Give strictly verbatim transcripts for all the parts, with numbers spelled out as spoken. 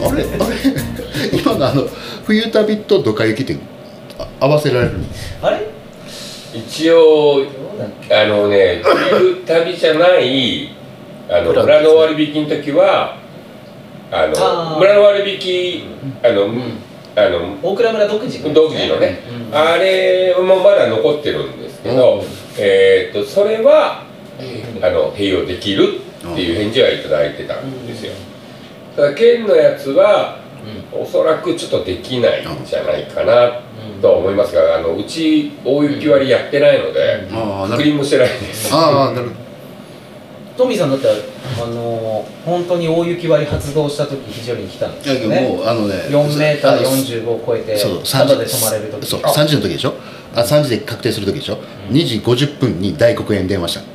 あれあれ今のあの冬旅とドカ雪って合わせられるの？ あれ一応あのね冬旅じゃないあの村の割引の時はあの村の割引あの、うん、あの大倉村独自の、 ね、独自のね、うん、あれもまだ残ってるんですけど、うん、えー、っとそれは、うん、あの併用できるっていう返事はいただいてたんですよ。ただ県のやつは、うん、おそらくちょっとできないんじゃないかなとは思いますが、あのうち大雪割りやってないので、うん、確認もしてないです。 ああ、なるほど。 トミーさんだってあのー、本当に大雪割り発動した時非常に来たんですよね。もうあのねよんメーターよんじゅうごを超えてただで泊まれる時。 そうさんじの時でしょ。あさんじで確定する時でしょ。うん、にじごじゅっぷんに大黒園電話した。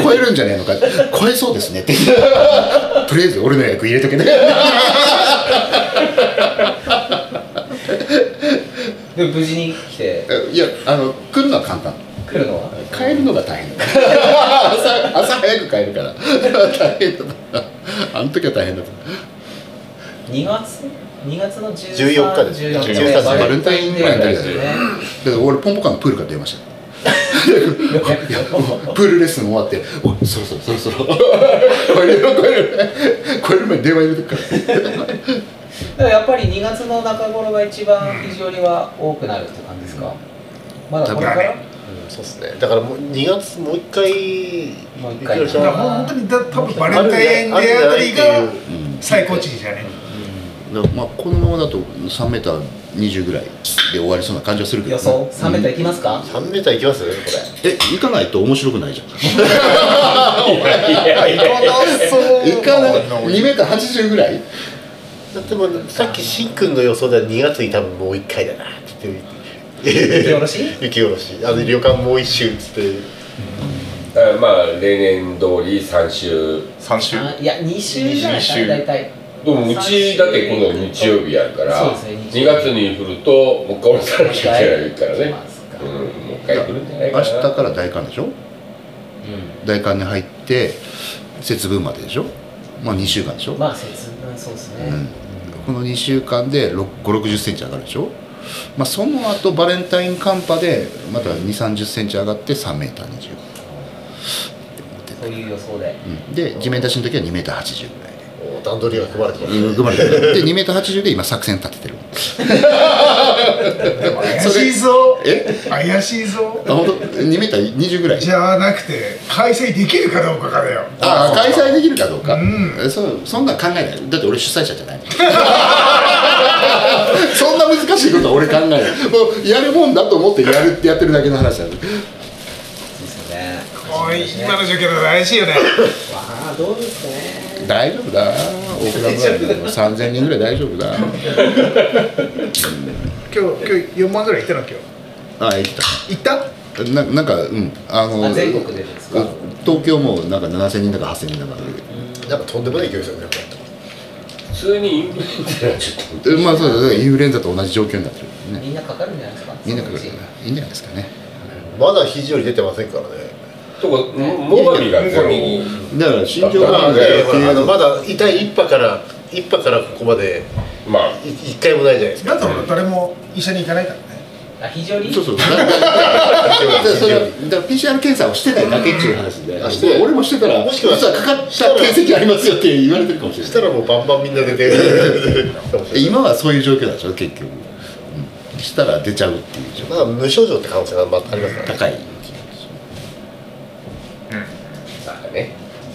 超えるんじゃねえのか。超えそうですねって。とりあえず俺の予約入れとけね。 で無事に来て。 いやあの来るのは簡単。 来るのは帰るのが大変だ朝, 朝早く帰るから大変だあの時は大変だったにがつにがつのじゅうよっかですね。 じゅうよっかバレンタインぐらいの時だよね。だから俺ポンポカのプールから電話したプールレッスン終わっておいそろそろそろそろ超えるよ超える超える前に電話入れてくからやっぱりにがつの中頃が一番肘折は多くなるって感じですか？まだこれから？ そうですね。だからもうにがつもう一回もう一回。 だから本当にだ多分バレンタインデーあたりが最高値じゃね。 だからまあこのままだとさんメーターにじゅうぐらいで終わりそうな感じはするけど、 予想さんメーターいきますか？ さんメーターいきますこれ。え行かないと面白くないじゃん。 いかなそう。 行かないにメーターはちじゅうぐらい。 だってもさっきしんくんの予想ではにがつに多分もういっかいだなって言って。 雪下ろし雪下ろしあの旅館もう一周っつって、うん、 あまあ例年通りさん週さん週いやに週じゃないかな大体。 でもうちだって今度日曜日やるからにがつに降るともう一回降ろさなきゃいけないからね、うん、もう一回降るんじゃないかな。 明日から大寒でしょ、うん、大寒に入って節分まででしょ、まあにしゅうかんでしょ。 まあ節分そうですね、うん、 このにしゅうかんでごじゅうろくじゅっセンチ上がるでしょ。まあその後バレンタイン寒波でまたにじゅうさんじゅっセンチ上がってさんメーターにじゅうそういう予想で、 うん、で地面出しの時はにメーターはちじゅうぐらいで段取りが組まれてます、 ね、組まれてるでにメーターはちじゅうで今作戦立ててる。 怪しいぞ。 え怪しいぞ。 あ本当にメーターにじゅうぐらいじゃなくて開催できるかどうかかだよ。 ああ開催できるかどうか、うん、そ, そんなん考えない。だって俺主催者じゃないそんな難しいことは俺考えない。もうやるもんだと思ってやるってやってるだけの話なんで。そうですね。 おい今の状況だと怪しいよね。 わあどうですかね。 大丈夫だ。大倉村でもさんぜんにんぐらい大丈夫だ。今日今日よんまんぐらい行ったの今日。 ああ行った。 行った？ ななんかうんあの全国でですか。 東京もなんかななせんにんだかはっせんにんだか。 なんかとんでもない勢いですよね。 普通にインフルエンザはちょっとまあそうだインフルエンザと同じ状況になってるね。 みんなかかるんじゃないですか。 みんなかかる。いいんじゃないですかね。 まだ肘より出てませんからね。 とか最上がゼロだから心情があのまだ痛い一波から一波からここまでまあ一回もないじゃないですか。 だと誰も医者に行かないからね。 あ非常にそうそう。だからだから ピーシーアール 検査をしてないだけっていう話で、俺もしてたらもしくは実はかかった形跡ありますよって言われてるかもしれない。 したらもうバンバンみんな出てる。 今はそういう状況なんでしょ結局。したら出ちゃうっていう状況。 まあ無症状って可能性がまたありますからね。 高い。 ね、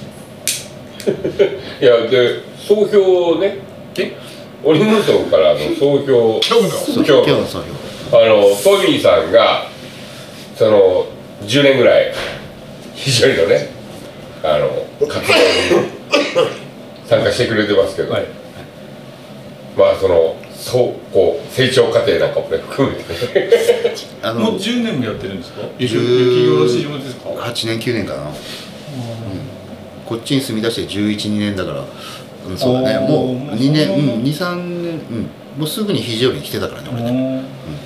いやで総評ね鬼ムートンからの総評今日の今日の総評あのトミーさんがそのじゅうねんぐらい非常にのねあの活動に参加してくれてますけど、はい、まあそのそうこう成長過程なんかもね含めてあのもうじゅうねんもやってるんですか？雪下ろし場ですか？ はちねんきゅうねんかな、うん、こっちに住み出してじゅういち、にねんだから、うん、そうだねもうにねん、うん、に、さんねん、うん、もうすぐに肘折に来てたからね俺ね、うん、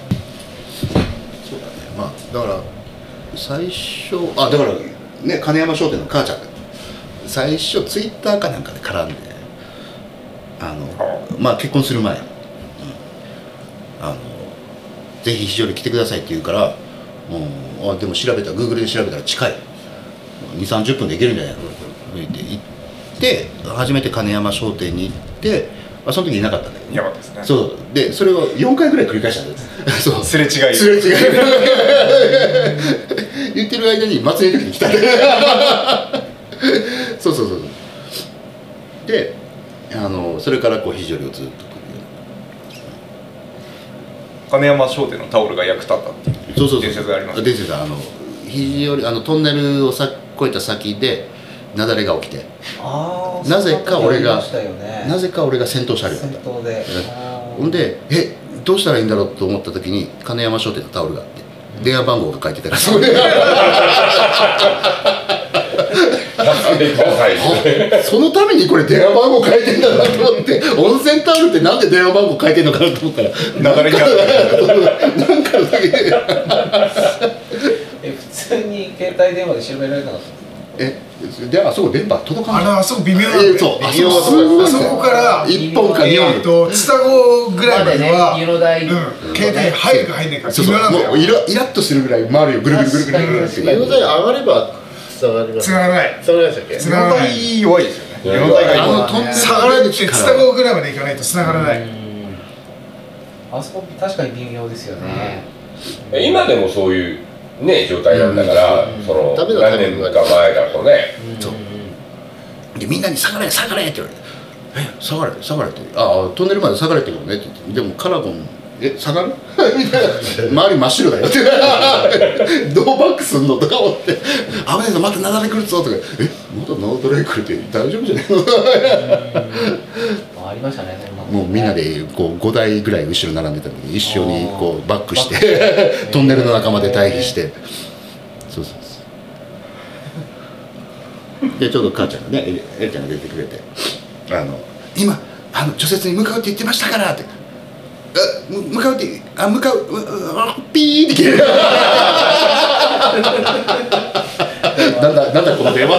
そうだねまあだから最初あだからね金山商店の母ちゃんが最初ツイッターかなんかで絡んであのまあ結婚する前、うん、あのぜひ非常に来てくださいって言うから、うん、あでも調べたら Google で調べたら近いにじゅうさんじゅっぷんで行けるんじゃないのって言って初めて金山商店に行ってあその時いなかったんだけど、ね、 いなかったですね。 そうでそれをよんかいぐらい繰り返したんですそうすれ違いすれ違い言ってる間に祭りの時に来たそうそうそうであのそれからこう肘折をずっと金山商店のタオルが役立ったっていうそうそうそう伝説がありますね。 伝説あの肘折あのトンネルをさ越えた先で雪崩が起きてあなぜか俺が、 ね、 なぜか俺が先頭車両だった先頭でほんでえどうしたらいいんだろうと思った時に金山商店のタオルがあって、うん、電話番号が書いてたらそれそのためにこれ電話番号書いてんだなと思って温泉タオルってなんで電話番号書いてんのかなと思ったら流れにあったなんかだけえ普通に携帯電話で調べられなかったえであそこ電波届かないあのあそこ微妙なんで、 えー、そうあそこからいっぽんかにほんえっとツタゴぐらいまでは湯の台に携帯入るか入んないかそうそうもうイライラッとするぐらい回るよぐるぐるぐるぐるぐるって湯の台上がればつながりますつながらないつながりましたっけつながらない弱いですよね。 湯の台があのトンネル下がらないってツタゴぐらいまで行かないとつながらないあそこ確かに微妙ですよね今でもそういうね状態なんだから、うん、その何年か前だとね、 うん、そうでみんなに下がれ下がれって言われてえ下がれ下がれってああトンネルまで下がれってことねって言ってでもカラゴンえ下がるみたいな周り真っ白だよってどうバックすんのとか思って危ないぞまた雪崩来るぞとかえまた雪崩来るって大丈夫じゃないのありましたねもうみんなでこうごだいぐらい後ろ並んでたのに一緒にこうバックしてトンネルの中まで退避してそうそうそうでちょうど母ちゃんがねエリちゃんが出てくれてあの今あの除雪に向かうって言ってましたからってあ向かうってあ向かうピーって切れるなんだなんだこの電話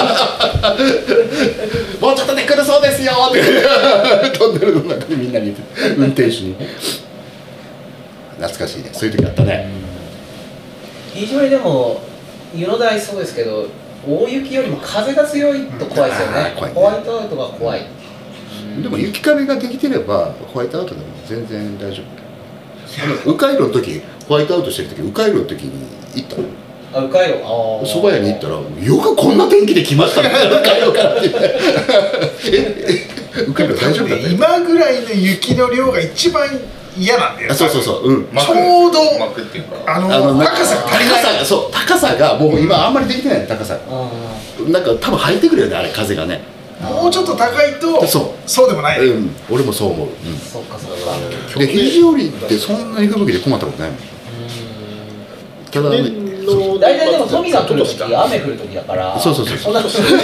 もうちょっとで来るそうですよってトンネルの中でみんなに言って運転手に懐かしいねそういう時あったね非常にでも湯の台そうですけど大雪よりも風が強いと怖いですよね、うん、ホワイトアウトが怖いでも雪壁ができてればホワイトアウトでも全然大丈夫あの迂回路の時ホワイトアウトしてる時迂回路の時に行ったのあ迂回路あ蕎麦屋に行ったらよくこんな天気で来ましたね迂回路からって言ってええ迂回路大丈夫だった、ね、 今ぐらいの雪の量が一番嫌なんだよあそうそうそう、うん、 ちょうどあのあの高さが足りない高さがそう高さがもう今あんまりできてないの高さがなんか多分入ってくるよねあれ風がねもうちょっと高いとそうそうでもない、 うん、俺もそう思う、うん、 そっかそっかで肘折ってそんなに吹雪で困ったことないもんただね大体でも富が来るとき雨降るときだからそうそうそうそんなことない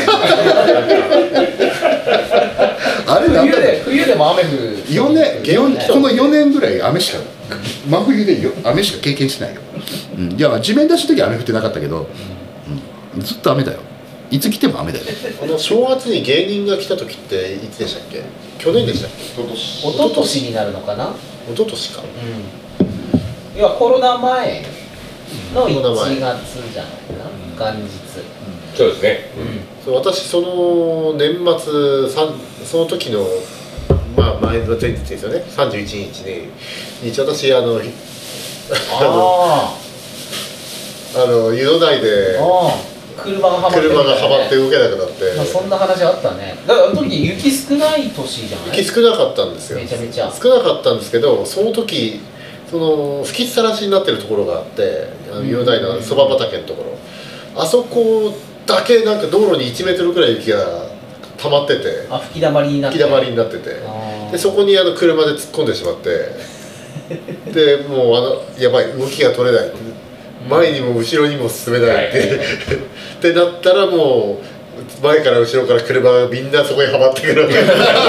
あれなんだ冬で冬でも雨降るよねんこのよねんぐらい雨しか真冬で雨しか経験してないよ、うん、いや地面出しの時は雨降ってなかったけど、うん、ずっと雨だよいつ来ても雨だよこの正月に芸人が来た時っていつでしたっけ去年でしたっけ一昨年になるのかな一昨年か、 うん、要はコロナ前のいちがつじゃないかな元日、 うん、そうですね、 うん、私その年末その時のまあ前の前日ですよねさんじゅういちにちに日私あのああの湯の台で車がはまって、ね、 車がはまって動けなくなって、 まあ、そんな話あったねだからあの時雪少ない年じゃない雪少なかったんですよめちゃめちゃ少なかったんですけどその時その吹きさらしになってるところがあって湯の台のそば畑のところあそこだけなんか道路にいちメートルくらい雪が溜まっててあ吹きだまりになって吹きだまりになっててでそこにあの車で突っ込んでしまってでもうあのやばい動きが取れない前にも後ろにも進めないって、ってなったらもう前から後ろから車がみんなそこにはまってくるわけ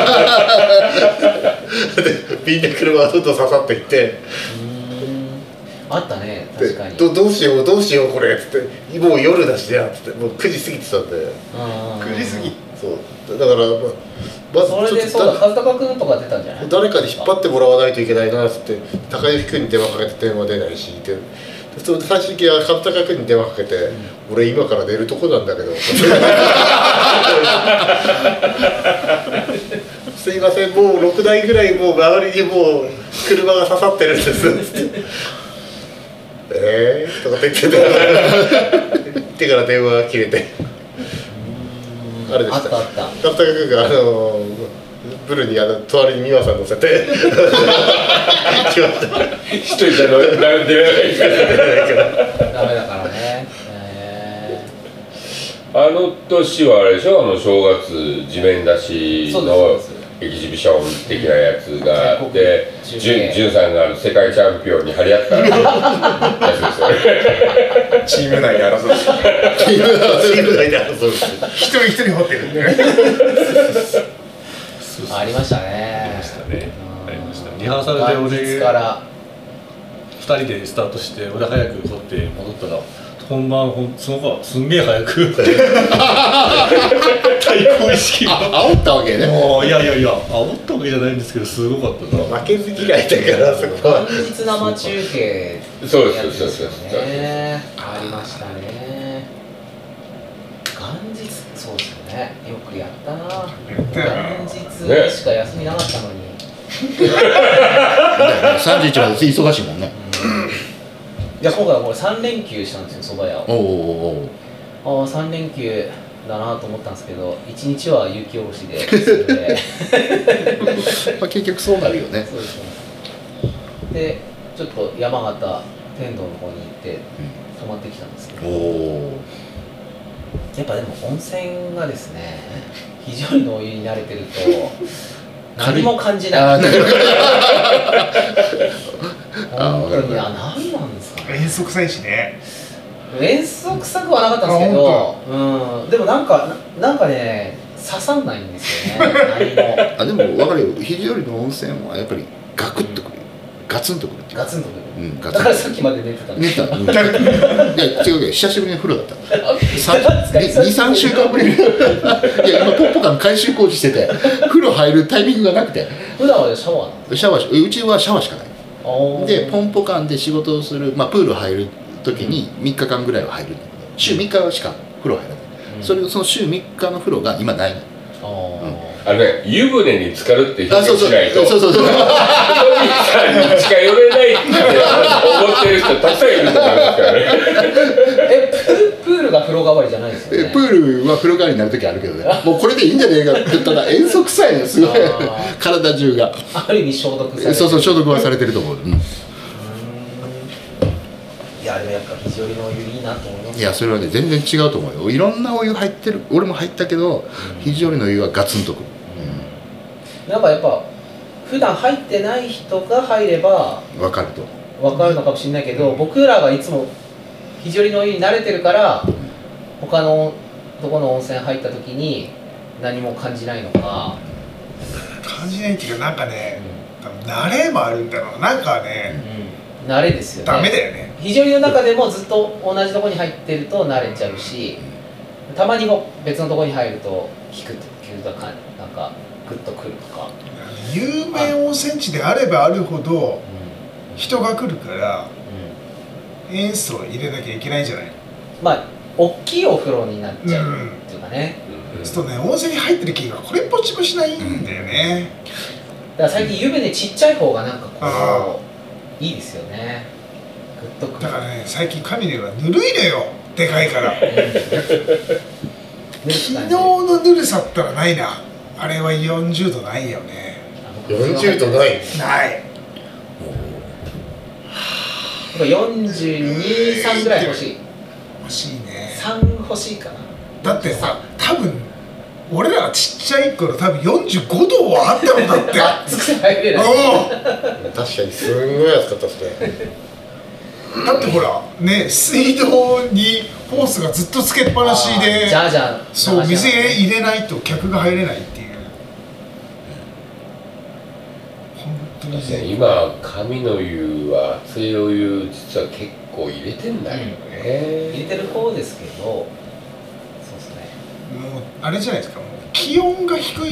でみんな車がどんどん刺さっていってあったね確かにど, どうしようどうしようこれっつってもう夜だしやっつってもうくじ過ぎてたんでくじ過ぎそうだから、まあ、 まずそれでそうだ、和孝君とか出たんじゃない？ 誰かに引っ張ってもらわないといけないなっつって高之君に電話かけて電話出ないしでそれで最終的には和孝君に電話かけて、うん、俺今から寝るとこなんだけどすいませんもうろくだいぐらいもう周りにもう車が刺さってるんですっつってえーとかって言って言ってから電話が切れてあれでした。 あったあった。 和孝君があのブルにあの隣に美和さん乗せて来ました一人じゃ出られないからダメだからね、えー、あの年はあれでしょ、あの正月地面出しのエキシビション的なやつがあってじゅんさんが世界チャンピオンに張り合ったやつですよねチーム内で争うチーム内で争う一人一人掘ってるんでありましたね。 ありましたね。ありました。リハーサルで俺からふたりでスタートして俺早く掘って戻ったら本番その子はすんげえ早く対抗意識が煽ったわけね。 もういやいやいや煽ったわけじゃないんですけどすごかったな。 負けず嫌いだからそこは元日生中継そうですそうですそうですね。ありましたね。元日そうですよね。よくやったな。元日しか休みなかったのに。 さんじゅういちまで忙しいもんね。 いや今回はこれさん連休したんですよ、蕎麦屋を。 おおおお。 ああさん連休だなと思ったんですけど、いちにちは雪下ろしで。 まあ結局そうなるよね。 そうですね。でちょっと山形天童の方に行って泊まってきたんですけど。おお。やっぱでも温泉がですね、非常にのお湯に慣れてると何も感じない。本当にあ何なんですかね。 遠足臭いしね。 遠足臭くはなかったんですけど、うん、でもなんかなんかね刺さんないんですよね。何も。 あでも分かるよ。肘折の温泉はやっぱりガクッとくる。ガツンとくる。 ガツンとくる。 うん、 だからさっきまで寝てたんです。 寝た。うん、いや違うけど久しぶりに風呂だった。にさんしゅうかんぶりに。いや今ポッポカン改修工事してて風呂入るタイミングがなくて。 普段はシャワーなの？ シャワーうちはシャワーしかない。でポンポカンで仕事をする、まあ、プール入る時にみっかかんぐらいは入るんだけど週みっかしか風呂入らない、うん、それその週みっかの風呂が今ないの、 あのね、湯船に浸かるって表現しないとそうそうそうそうトミさんに近寄れないって思ってる人たくさんいると思いますからねえプールが風呂代わりじゃないですよね。 プールは風呂代わりになる時あるけどねもうこれでいいんじゃねえかって言ったら遠足臭いのすごい体中がある意味消毒されてる。 そうそう消毒はされてると思う、うん、 いやでもやっぱ肘折のお湯いいなと思います。 いやそれはね全然違うと思うよ。いろんなお湯入ってる俺も入ったけど、うん、肘折のお湯はガツンとくる、 うん、なんかやっぱ普段入ってない人が入れば分かると分かるのかもしれないけど、僕らがいつも肘折のお湯に慣れてるから他のとこの温泉入った時に何も感じないのか。 感じないっていうかなんかね、うん、多分慣れもあるんだろうなんかね、 うん、慣れですよね。 ダメだよね。 肘折の中でもずっと同じとこに入ってると慣れちゃうし、たまに別のとこに入ると引くというかなんかグッとくるとか。 有名温泉地であればあるほど人が来るから、うん、塩素を入れなきゃいけないんじゃない。 まあ大きいお風呂になっちゃうっていうかね、 うんうん、そうね温泉に入ってる気がこれっぽっちもしないんだよね、 うん、だから最近湯船ちっちゃい方がなんかこういいですよね。グッとくる。 だからね最近カミネはぬるいのよでかいから、うん、昨日のぬるさったらないな。あれはよんじゅうどないよね。 よんじゅうどないないよんじゅうに、さんぐらい欲しい。 欲しいね。 さん欲しいかな。 だってさ多分俺らがちっちゃい頃多分よんじゅうごどはあったもんだって熱くて入れない。 確かにすんごい暑かったですねだってほらね水道にホースがずっとつけっぱなしでじゃあじゃあそう水入れないと客が入れないっていう。 今神の湯は熱いお湯実は結構入れてんだよね、 うん、入れてる方ですけどそうですね。 もうあれじゃないですかもう気温が低い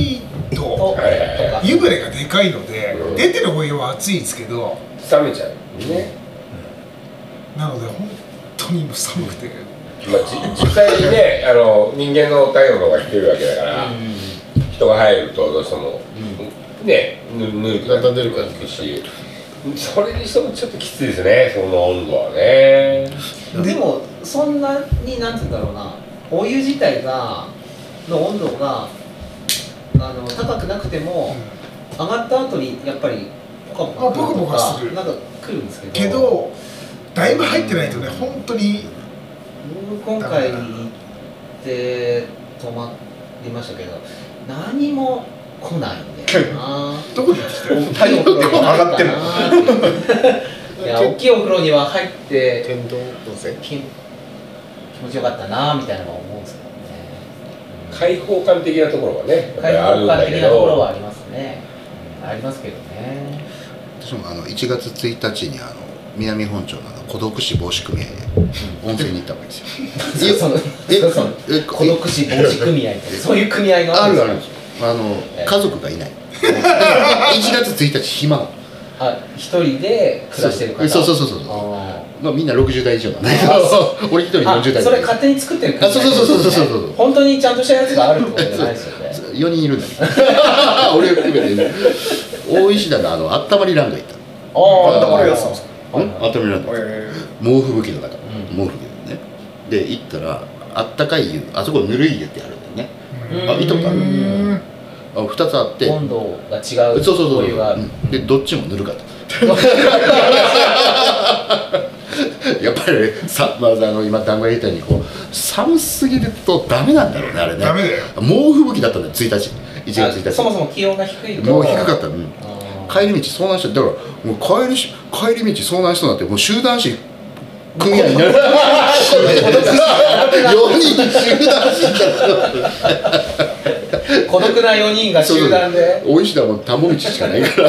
ととはいはいはい湯船がでかいので、 うん出てるお湯は熱いんですけど、 冷めちゃうね。 なので本当に寒くて、 まあ、じ実際にね、あの人間の体温の方が低いわけだから、人が入るとどうしても、ね、ぬぬるくなってくるし、それにしてもちょっときついですね、その温度はね。 でもそんなになんて言うんだろうな、お湯自体がの温度があの高くなくても、上がった後にやっぱりポカポカあポカポカするなんか来るんですけどけどだいぶ入ってないとね、本当に僕今回行って泊まりましたけど何も来ないんだよなどこに行ってきたよ。 太陽風呂に上がってるいや大きいお風呂には入って天童温泉気気持ちよかったなみたいなのは思うんですけどね。 開放感的なところはね、やっぱり開放感あるんだけ的なところはど、 ありますね。うんありますけどね。 私もあのいちがつついたちにあの南本町のあの孤独死防止組合で温泉に行ったわけですよ。 そのえそうそうえ孤独死防止組合ってそういう組合がああるんるあるんですよ。あの家族がいない。いちがつついたち暇なの。 あ一人で暮らしてる方。 そうそうそうそうそうあまあみんなろくじゅう代以上なんだけど、俺一人ーよんじゅう代。 あそれ勝手に作ってる組合あそうそうそうそうそうそう本当にちゃんとしたやつがあるってことじゃないですよね。 よにんいるんだけど。俺を含めてね。大石田のあのあったまりランド行ったの。 ああ、 あこれやつなんですか。 うんあったまりランド。 え猛吹雪の中、 うん猛吹雪のね。で行ったらあったかい湯、あそこぬるい湯ってあるんだよね。 ーあ見たことあるうんあふたつあって。 温度が違うそうそうそうお湯がある。 うんでどっちもぬるかったやっぱりねさまずあの今団子屋言ったようにこう寒すぎるとダメなんだろうねあれねダメだよ。 猛吹雪だったんだよついたちいちがつついたちそもそも気温が低いともう低かった、うん、 あー帰り道遭難しただからもう帰りし帰り道遭難しそうになってもう集団死組合になるよにん集団死孤独なよにんが集団で大石田はもう田んぼ道しかないから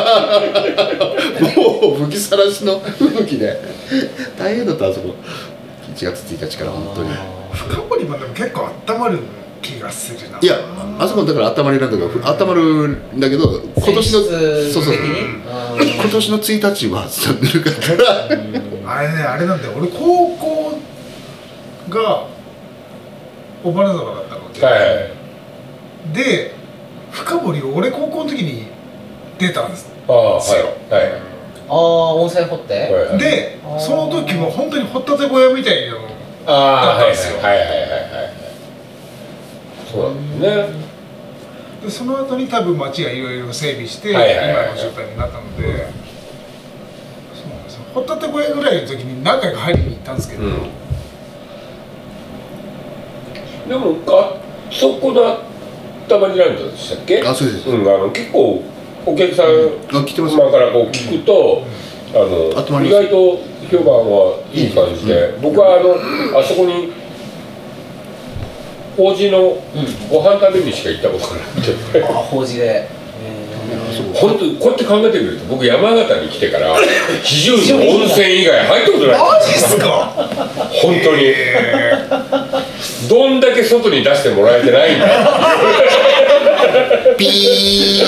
もう吹きさらしの吹雪で大変だったあそこいちがつついたちから本当に深堀もでも結構温まる気がするな。 いやあそこだから温まりなんだけど温まるんだけど今年の性質そうそう的にあー今年のついたちはぬるかったからあれね、あれなんだよ。俺高校が小花沢だったので、 はいで深堀を俺高校の時に出たんです。 ああはいはいあー温泉掘って、 はいはいであーその時も本当に掘ったて小屋みたいなのああはいはいだったんですよはいはいはいはいそうなんですね。 でその後に多分町がいろいろ整備してはいはいはいはい今の状態になったので、そうなんですよ。掘ったて小屋ぐらいの時に何回か入りに行ったんですけど、 うんでもあそこのたまりランドでしたっけ？ あそうですうん、あの結構お客さんあ来てますまからこう聞くと、あのあ泊まります意外と評判はいい感じで、僕はあのあそこに法事のご飯食べにしか行ったことがなくて、 あ法事で、 本当こうやって考えてみると僕山形に来てから非常に温泉以外入ったことない。 マジっすか？ 本当にどんだけ外に出してもらえてないんだピー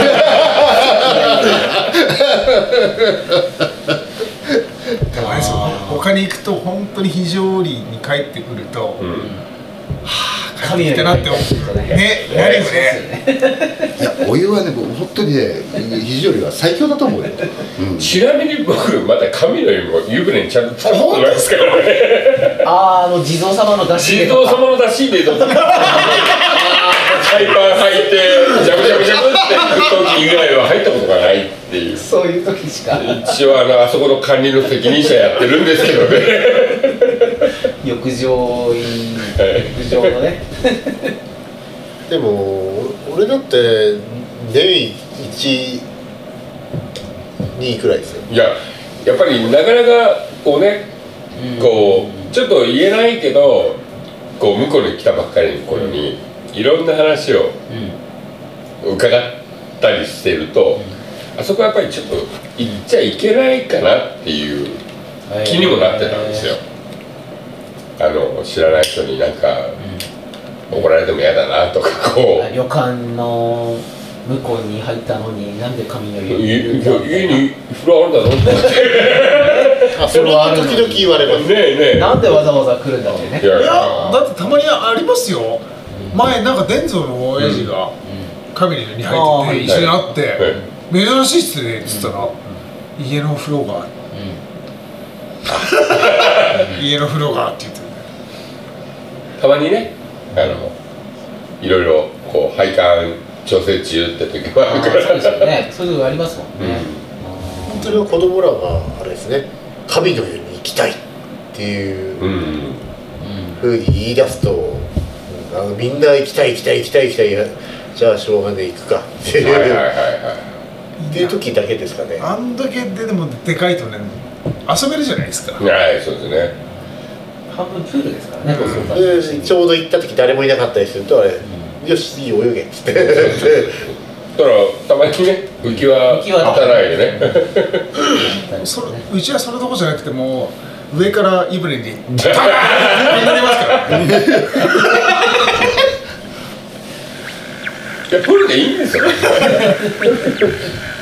でもあれですよ、他に行くと本当に非常に帰ってくると、 うん神ってなって思うね、なるよね。 いやお湯はね僕本当にね肘折は最強だと思うよ、うん、 ちなみに僕まだ神の湯も湯船にちゃんと使ったことないですからね。 あーあの地蔵様の出し地蔵様の出し入れとか海パン履いてジャブジャブジャブって行く時以外は入ったことがないっていう。 そういう時しか一応あのあそこの管理の責任者やってるんですけどね。 浴場員浴場のねでも俺だって年いち、にくらいですよ。 いややっぱりなかなかこうね、こうちょっと言えないけどこう向こうに来たばっかりの頃にいろんな話を伺ったりしてると、あそこはやっぱりちょっと行っちゃいけないかなっていう気にもなってたんですよ。あの知らない人になんか怒られても嫌だなとかこう旅館の向こうに入ったのになんで髪のい色や家に風呂あるだろってあそれは時々言われますねえねえなんでわざわざ来るんだってねいやいやだってたまにありますよ。前なんか伝蔵の親父が神に入ってて一緒に会って珍しいっすねっつったら家の風呂が家の風呂がって言ってる。 たまにねあのいろいろこう配管調整中って時はあるからそうですよねそういうのありますもんね本当に子供らがあれですね神の湯に行きたいっていううんふうに言い出すとあのみんな行きたい行きたい行きたい行きたいじゃあしょうがねえ行くかっていう、 はいはいはいはいっていう時だけですかね。 あんだけででもでかいとね遊べるじゃないですか。 はいそうですね半分プールですからねうんそうそうでちょうど行った時誰もいなかったりするとあれ、よしいい泳げっつってだからたまにね浮き輪浮き輪当たらないでねそれうちはそれどころじゃなくてもう上から湯船にダーッてなりますからいやプールでいいんですよ